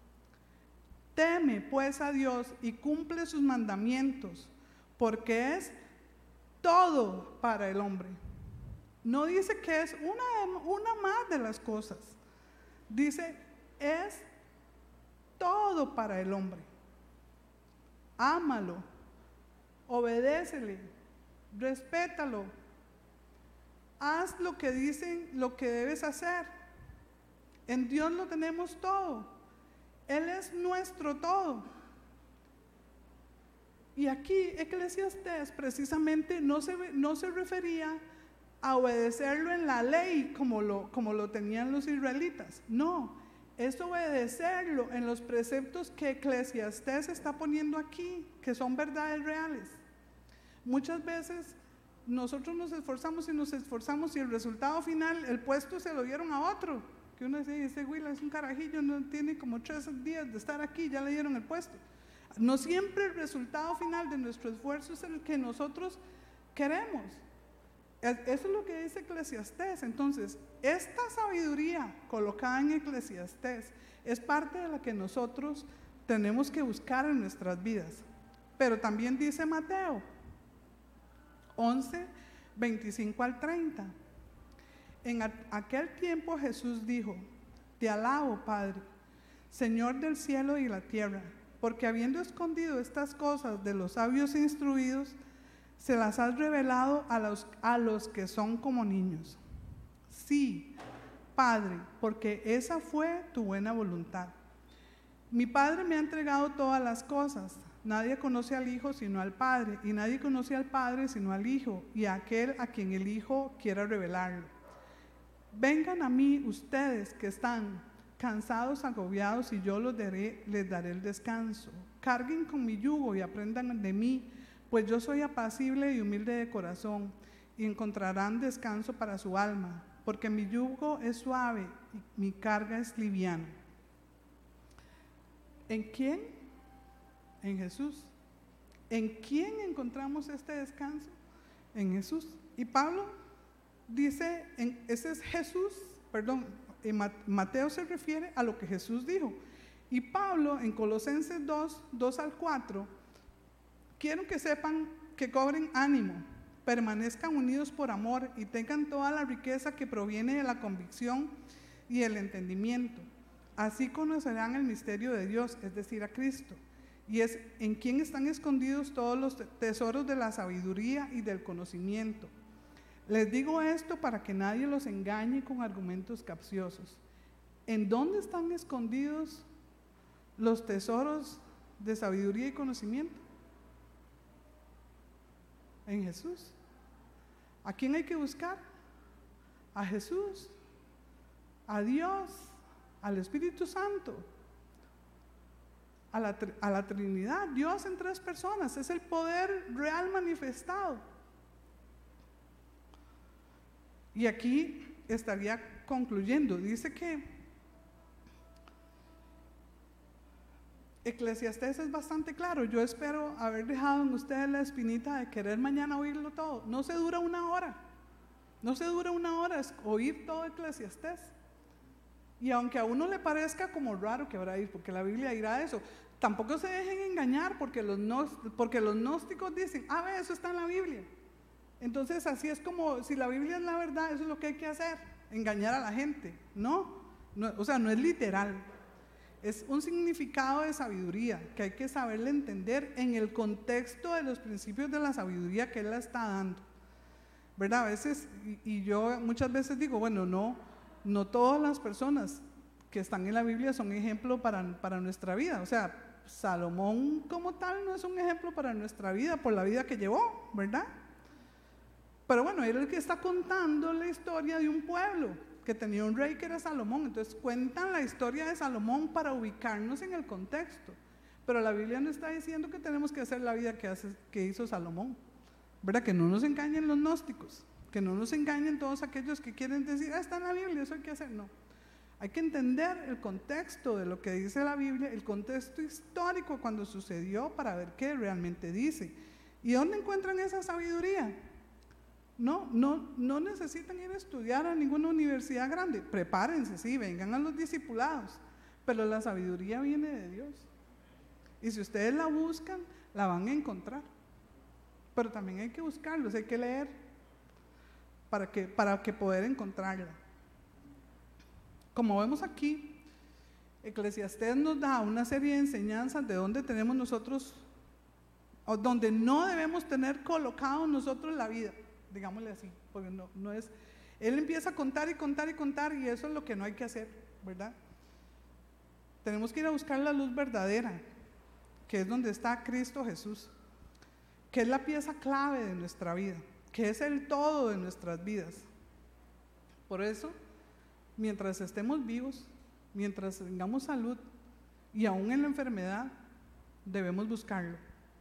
Teme pues a Dios y cumple sus mandamientos, porque es todo para el hombre. No dice que es una, una más de las cosas. Dice, es todo para el hombre. Ámalo, obedécele, respétalo. Haz lo que dicen, lo que debes hacer. En Dios lo tenemos todo. Él es nuestro todo. Y aquí Eclesiastés precisamente no se, no se refería a obedecerlo en la ley como lo, como lo tenían los israelitas. No, es obedecerlo en los preceptos que Eclesiastés está poniendo aquí, que son verdades reales. Muchas veces nosotros nos esforzamos y nos esforzamos y el resultado final, el puesto se lo dieron a otro. Que uno dice, ese Will es un carajillo, no tiene como tres días de estar aquí, ya le dieron el puesto. No siempre el resultado final de nuestro esfuerzo es el que nosotros queremos. Eso es lo que dice Eclesiastés. Entonces, esta sabiduría colocada en Eclesiastés es parte de la que nosotros tenemos que buscar en nuestras vidas. Pero también dice Mateo once, veinticinco al treinta. En aquel tiempo Jesús dijo, te alabo, Padre, Señor del cielo y la tierra, porque habiendo escondido estas cosas de los sabios instruidos, se las has revelado a los, a los que son como niños. Sí, Padre, porque esa fue tu buena voluntad. Mi Padre me ha entregado todas las cosas. Nadie conoce al Hijo sino al Padre, y nadie conoce al Padre sino al Hijo, y a aquel a quien el Hijo quiera revelarlo. Vengan a mí ustedes que están cansados, agobiados, y yo los daré, les daré el descanso. Carguen con mi yugo y aprendan de mí, pues yo soy apacible y humilde de corazón, y encontrarán descanso para su alma, porque mi yugo es suave y mi carga es liviana. ¿En quién? En Jesús. ¿En quién encontramos este descanso? En Jesús. Y Pablo dice, en, ese es Jesús, perdón, en Mateo se refiere a lo que Jesús dijo. Y Pablo en Colosenses dos, dos al cuatro, quiero que sepan que cobren ánimo, permanezcan unidos por amor y tengan toda la riqueza que proviene de la convicción y el entendimiento. Así conocerán el misterio de Dios, es decir, a Cristo. Y es en quien están escondidos todos los tesoros de la sabiduría y del conocimiento. Les digo esto para que nadie los engañe con argumentos capciosos. ¿En dónde están escondidos los tesoros de sabiduría y conocimiento? En Jesús. ¿A quién hay que buscar? A Jesús, a Dios, al Espíritu Santo, a la, a la Trinidad. Dios en tres personas, es el poder real manifestado. Y aquí estaría concluyendo. Dice que Eclesiastés es bastante claro. Yo espero haber dejado en ustedes la espinita de querer mañana oírlo todo. No se dura una hora. No se dura una hora es oír todo Eclesiastés. Y aunque a uno le parezca como raro que habrá ir, porque la Biblia dirá eso, tampoco se dejen engañar porque los, porque los gnósticos dicen, ah, ve, eso está en la Biblia. Entonces así es como, si la Biblia es la verdad, eso es lo que hay que hacer, engañar a la gente. No, no, o sea, no es literal. Es un significado de sabiduría que hay que saberle entender en el contexto de los principios de la sabiduría que Él la está dando, ¿verdad? A veces, y, y yo muchas veces digo, bueno, no, no todas las personas que están en la Biblia son ejemplo para, para nuestra vida. O sea, Salomón como tal no es un ejemplo para nuestra vida por la vida que llevó, ¿verdad? Pero bueno, él es el que está contando la historia de un pueblo que tenía un rey que era Salomón. Entonces cuentan la historia de Salomón para ubicarnos en el contexto. Pero la Biblia no está diciendo que tenemos que hacer la vida que, hace, que hizo Salomón, ¿verdad? Que no nos engañen los gnósticos, que no nos engañen todos aquellos que quieren decir, ah, está en la Biblia, eso hay que hacer. No. Hay que entender el contexto de lo que dice la Biblia, el contexto histórico cuando sucedió para ver qué realmente dice. ¿Y dónde encuentran esa sabiduría? No, no, no necesitan ir a estudiar a ninguna universidad grande. Prepárense, sí, vengan a los discipulados, pero la sabiduría viene de Dios. Y si ustedes la buscan, la van a encontrar. Pero también hay que buscarlos, hay que leer para que, para que poder encontrarla. Como vemos aquí, Eclesiastés nos da una serie de enseñanzas de dónde tenemos nosotros, o donde no debemos tener colocado nosotros la vida, digámosle así, porque no, no es, él empieza a contar y contar y contar, y eso es lo que no hay que hacer, ¿verdad? Tenemos que ir a buscar la luz verdadera, que es donde está Cristo Jesús, que es la pieza clave de nuestra vida, que es el todo de nuestras vidas. Por eso, mientras estemos vivos, mientras tengamos salud y aún en la enfermedad, debemos buscarlo.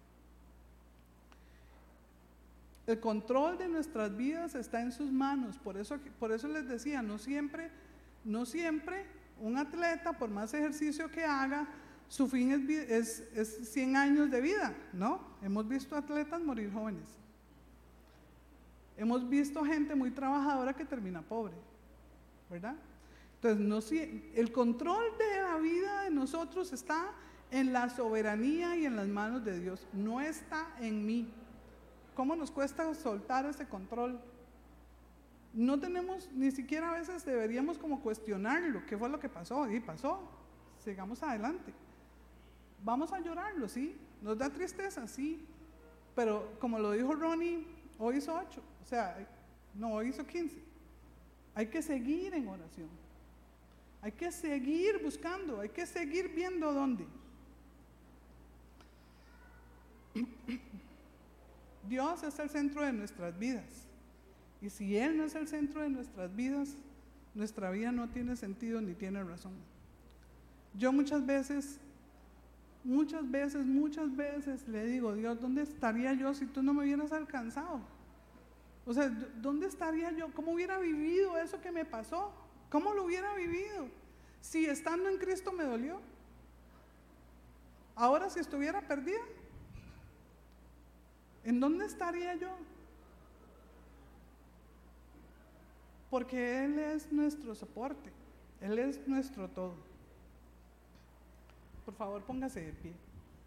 El control de nuestras vidas está en sus manos. Por eso, por eso les decía, no siempre, no siempre un atleta, por más ejercicio que haga, su fin es, es, es cien años de vida, ¿no? Hemos visto atletas morir jóvenes. Hemos visto gente muy trabajadora que termina pobre, ¿verdad? Entonces, no, el control de la vida de nosotros está en la soberanía y en las manos de Dios, no está en mí. ¿Cómo nos cuesta soltar ese control? No tenemos, ni siquiera a veces deberíamos como cuestionarlo, ¿qué fue lo que pasó? Y pasó, sigamos adelante. Vamos a llorarlo, sí, nos da tristeza, sí, pero como lo dijo Ronnie, hoy hizo ocho, o sea, no, hoy hizo quince. Hay que seguir en oración, hay que seguir buscando, hay que seguir viendo dónde. Dios es el centro de nuestras vidas, y si Él no es el centro de nuestras vidas, nuestra vida no tiene sentido ni tiene razón. Yo muchas veces, muchas veces, muchas veces le digo, Dios, ¿dónde estaría yo si tú no me hubieras alcanzado? O sea, ¿dónde estaría yo? ¿Cómo hubiera vivido eso que me pasó? ¿Cómo lo hubiera vivido? Si estando en Cristo me dolió. Ahora si estuviera perdida, ¿en dónde estaría yo? Porque Él es nuestro soporte, Él es nuestro todo. Por favor, póngase de pie.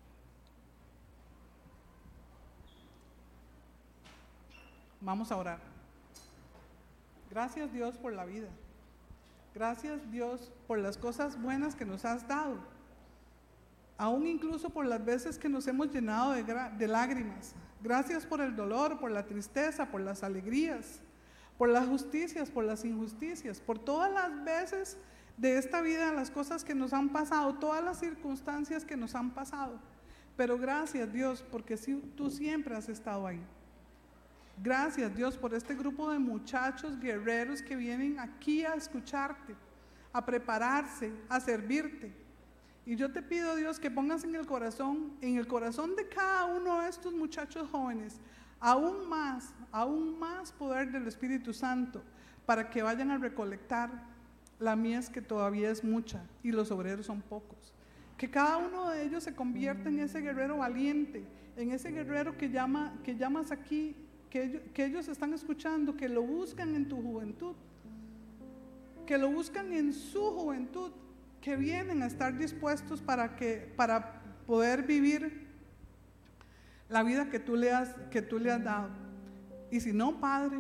Vamos a orar. Gracias, Dios, por la vida. Gracias, Dios, por las cosas buenas que nos has dado. Aún incluso por las veces que nos hemos llenado de, de lágrimas. Gracias por el dolor, por la tristeza, por las alegrías, por las justicias, por las injusticias, por todas las veces de esta vida, las cosas que nos han pasado, todas las circunstancias que nos han pasado. Pero gracias, Dios, porque tú siempre has estado ahí. Gracias, Dios, por este grupo de muchachos guerreros que vienen aquí a escucharte, a prepararse, a servirte. Y yo te pido, Dios, que pongas en el corazón, en el corazón de cada uno de estos muchachos jóvenes, aún más, aún más poder del Espíritu Santo, para que vayan a recolectar la mies que todavía es mucha y los obreros son pocos. Que cada uno de ellos se convierta en ese guerrero valiente, en ese guerrero que, llama, que llamas aquí, que ellos, que ellos están escuchando, que lo buscan en tu juventud, que lo buscan en su juventud, que vienen a estar dispuestos para, que, para poder vivir la vida que tú, le has, que tú le has dado. Y si no, Padre,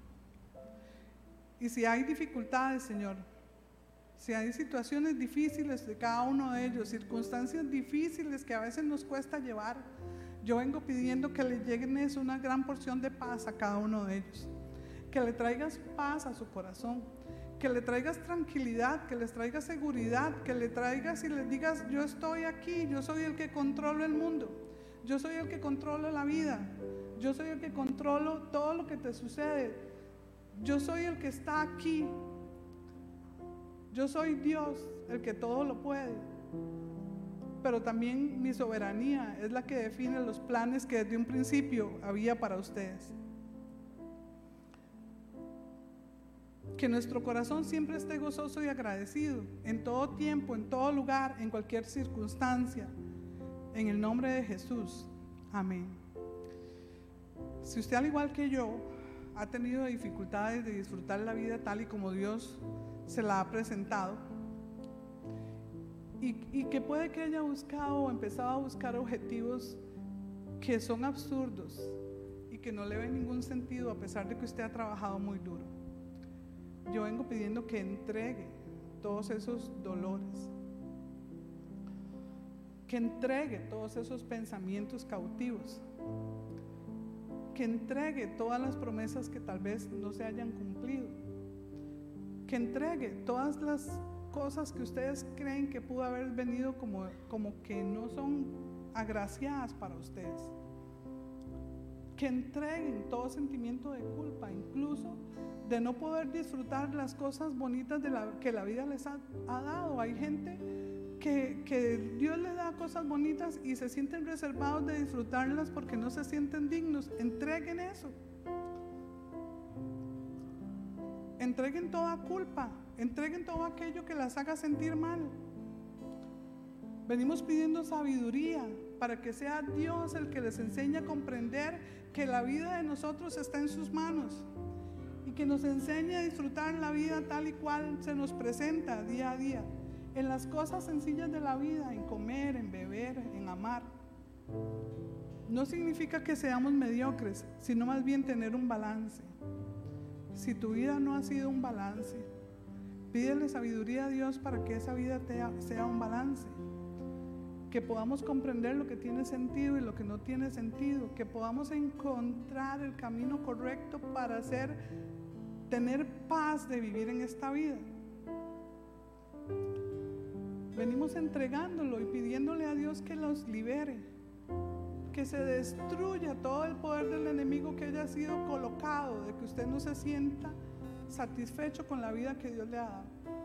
y si hay dificultades, Señor, si hay situaciones difíciles de cada uno de ellos, circunstancias difíciles que a veces nos cuesta llevar, yo vengo pidiendo que le llegues una gran porción de paz a cada uno de ellos, que le traigas paz a su corazón, que le traigas tranquilidad, que les traigas seguridad, que le traigas y les digas, yo estoy aquí, yo soy el que controlo el mundo, yo soy el que controlo la vida, yo soy el que controlo todo lo que te sucede, yo soy el que está aquí Yo soy Dios, el que todo lo puede, pero también mi soberanía es la que define los planes que desde un principio había para ustedes. Que nuestro corazón siempre esté gozoso y agradecido en todo tiempo, en todo lugar, en cualquier circunstancia, en el nombre de Jesús. Amén. Si usted, al igual que yo, ha tenido dificultades de disfrutar la vida tal y como Dios se la ha presentado, y, y que puede que haya buscado o empezado a buscar objetivos que son absurdos y que no le ven ningún sentido a pesar de que usted ha trabajado muy duro, yo vengo pidiendo que entregue todos esos dolores, que entregue todos esos pensamientos cautivos, que entregue todas las promesas que tal vez no se hayan cumplido, que entregue todas las cosas que ustedes creen que pudo haber venido como, como que no son agraciadas para ustedes, que entreguen todo sentimiento de culpa, incluso de no poder disfrutar las cosas bonitas de la, que la vida les ha, ha dado. Hay gente que, que Dios les da cosas bonitas y se sienten reservados de disfrutarlas porque no se sienten dignos. Entreguen eso. Entreguen toda culpa, entreguen todo aquello que las haga sentir mal. Venimos pidiendo sabiduría para que sea Dios el que les enseñe a comprender que la vida de nosotros está en sus manos y que nos enseñe a disfrutar la vida tal y cual se nos presenta día a día, en las cosas sencillas de la vida, en comer, en beber, en amar. No significa que seamos mediocres, sino más bien tener un balance. Si tu vida no ha sido un balance, pídele sabiduría a Dios para que esa vida sea un balance, que podamos comprender lo que tiene sentido y lo que no tiene sentido, que podamos encontrar el camino correcto para hacer, tener paz de vivir en esta vida. Venimos entregándolo y pidiéndole a Dios que los libere, que se destruya todo el poder del enemigo que haya sido colocado, de que usted no se sienta satisfecho con la vida que Dios le ha dado.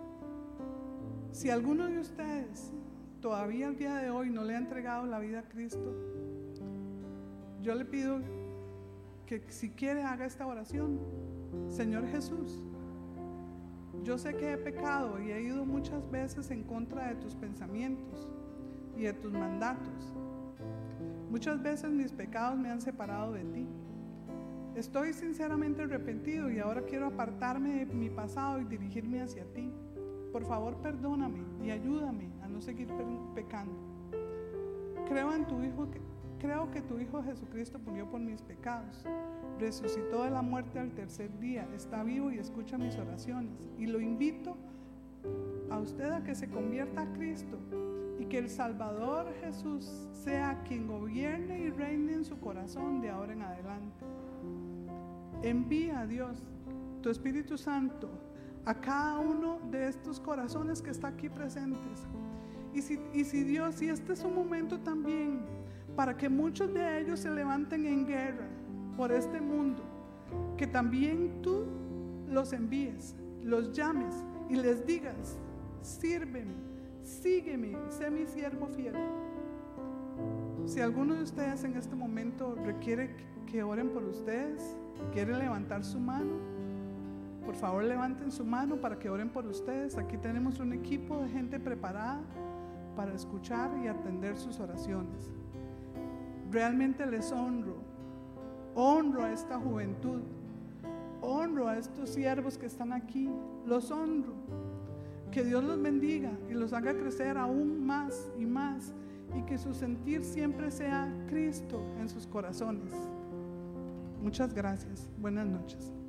Si alguno de ustedes todavía al día de hoy no le ha entregado la vida a Cristo, yo le pido que si quiere haga esta oración. Señor Jesús, yo sé que he pecado y he ido muchas veces en contra de tus pensamientos y de tus mandatos. Muchas veces mis pecados me han separado de ti. Estoy sinceramente arrepentido y ahora quiero apartarme de mi pasado y dirigirme hacia ti. Por favor, perdóname y ayúdame a no seguir pecando. Creo en tu Hijo, creo que tu Hijo Jesucristo murió por mis pecados, resucitó de la muerte al tercer día, está vivo y escucha mis oraciones. Y lo invito a usted a que se convierta a Cristo y que el Salvador Jesús sea quien gobierne y reine en su corazón de ahora en adelante. Envía a Dios, tu Espíritu Santo, a cada uno de estos corazones que está aquí presentes. Y si, y si Dios, si este es un momento también para que muchos de ellos se levanten en guerra por este mundo, que también tú los envíes, los llames y les digas: sírveme, sígueme, sé mi siervo fiel. Si alguno de ustedes en este momento requiere que oren por ustedes, quiere levantar su mano, por favor levanten su mano para que oren por ustedes. Aquí tenemos un equipo de gente preparada para escuchar y atender sus oraciones. Realmente les honro, honro a esta juventud, honro a estos siervos que están aquí, los honro. Que Dios los bendiga y los haga crecer aún más y más, y que su sentir siempre sea Cristo en sus corazones. Muchas gracias. Buenas noches.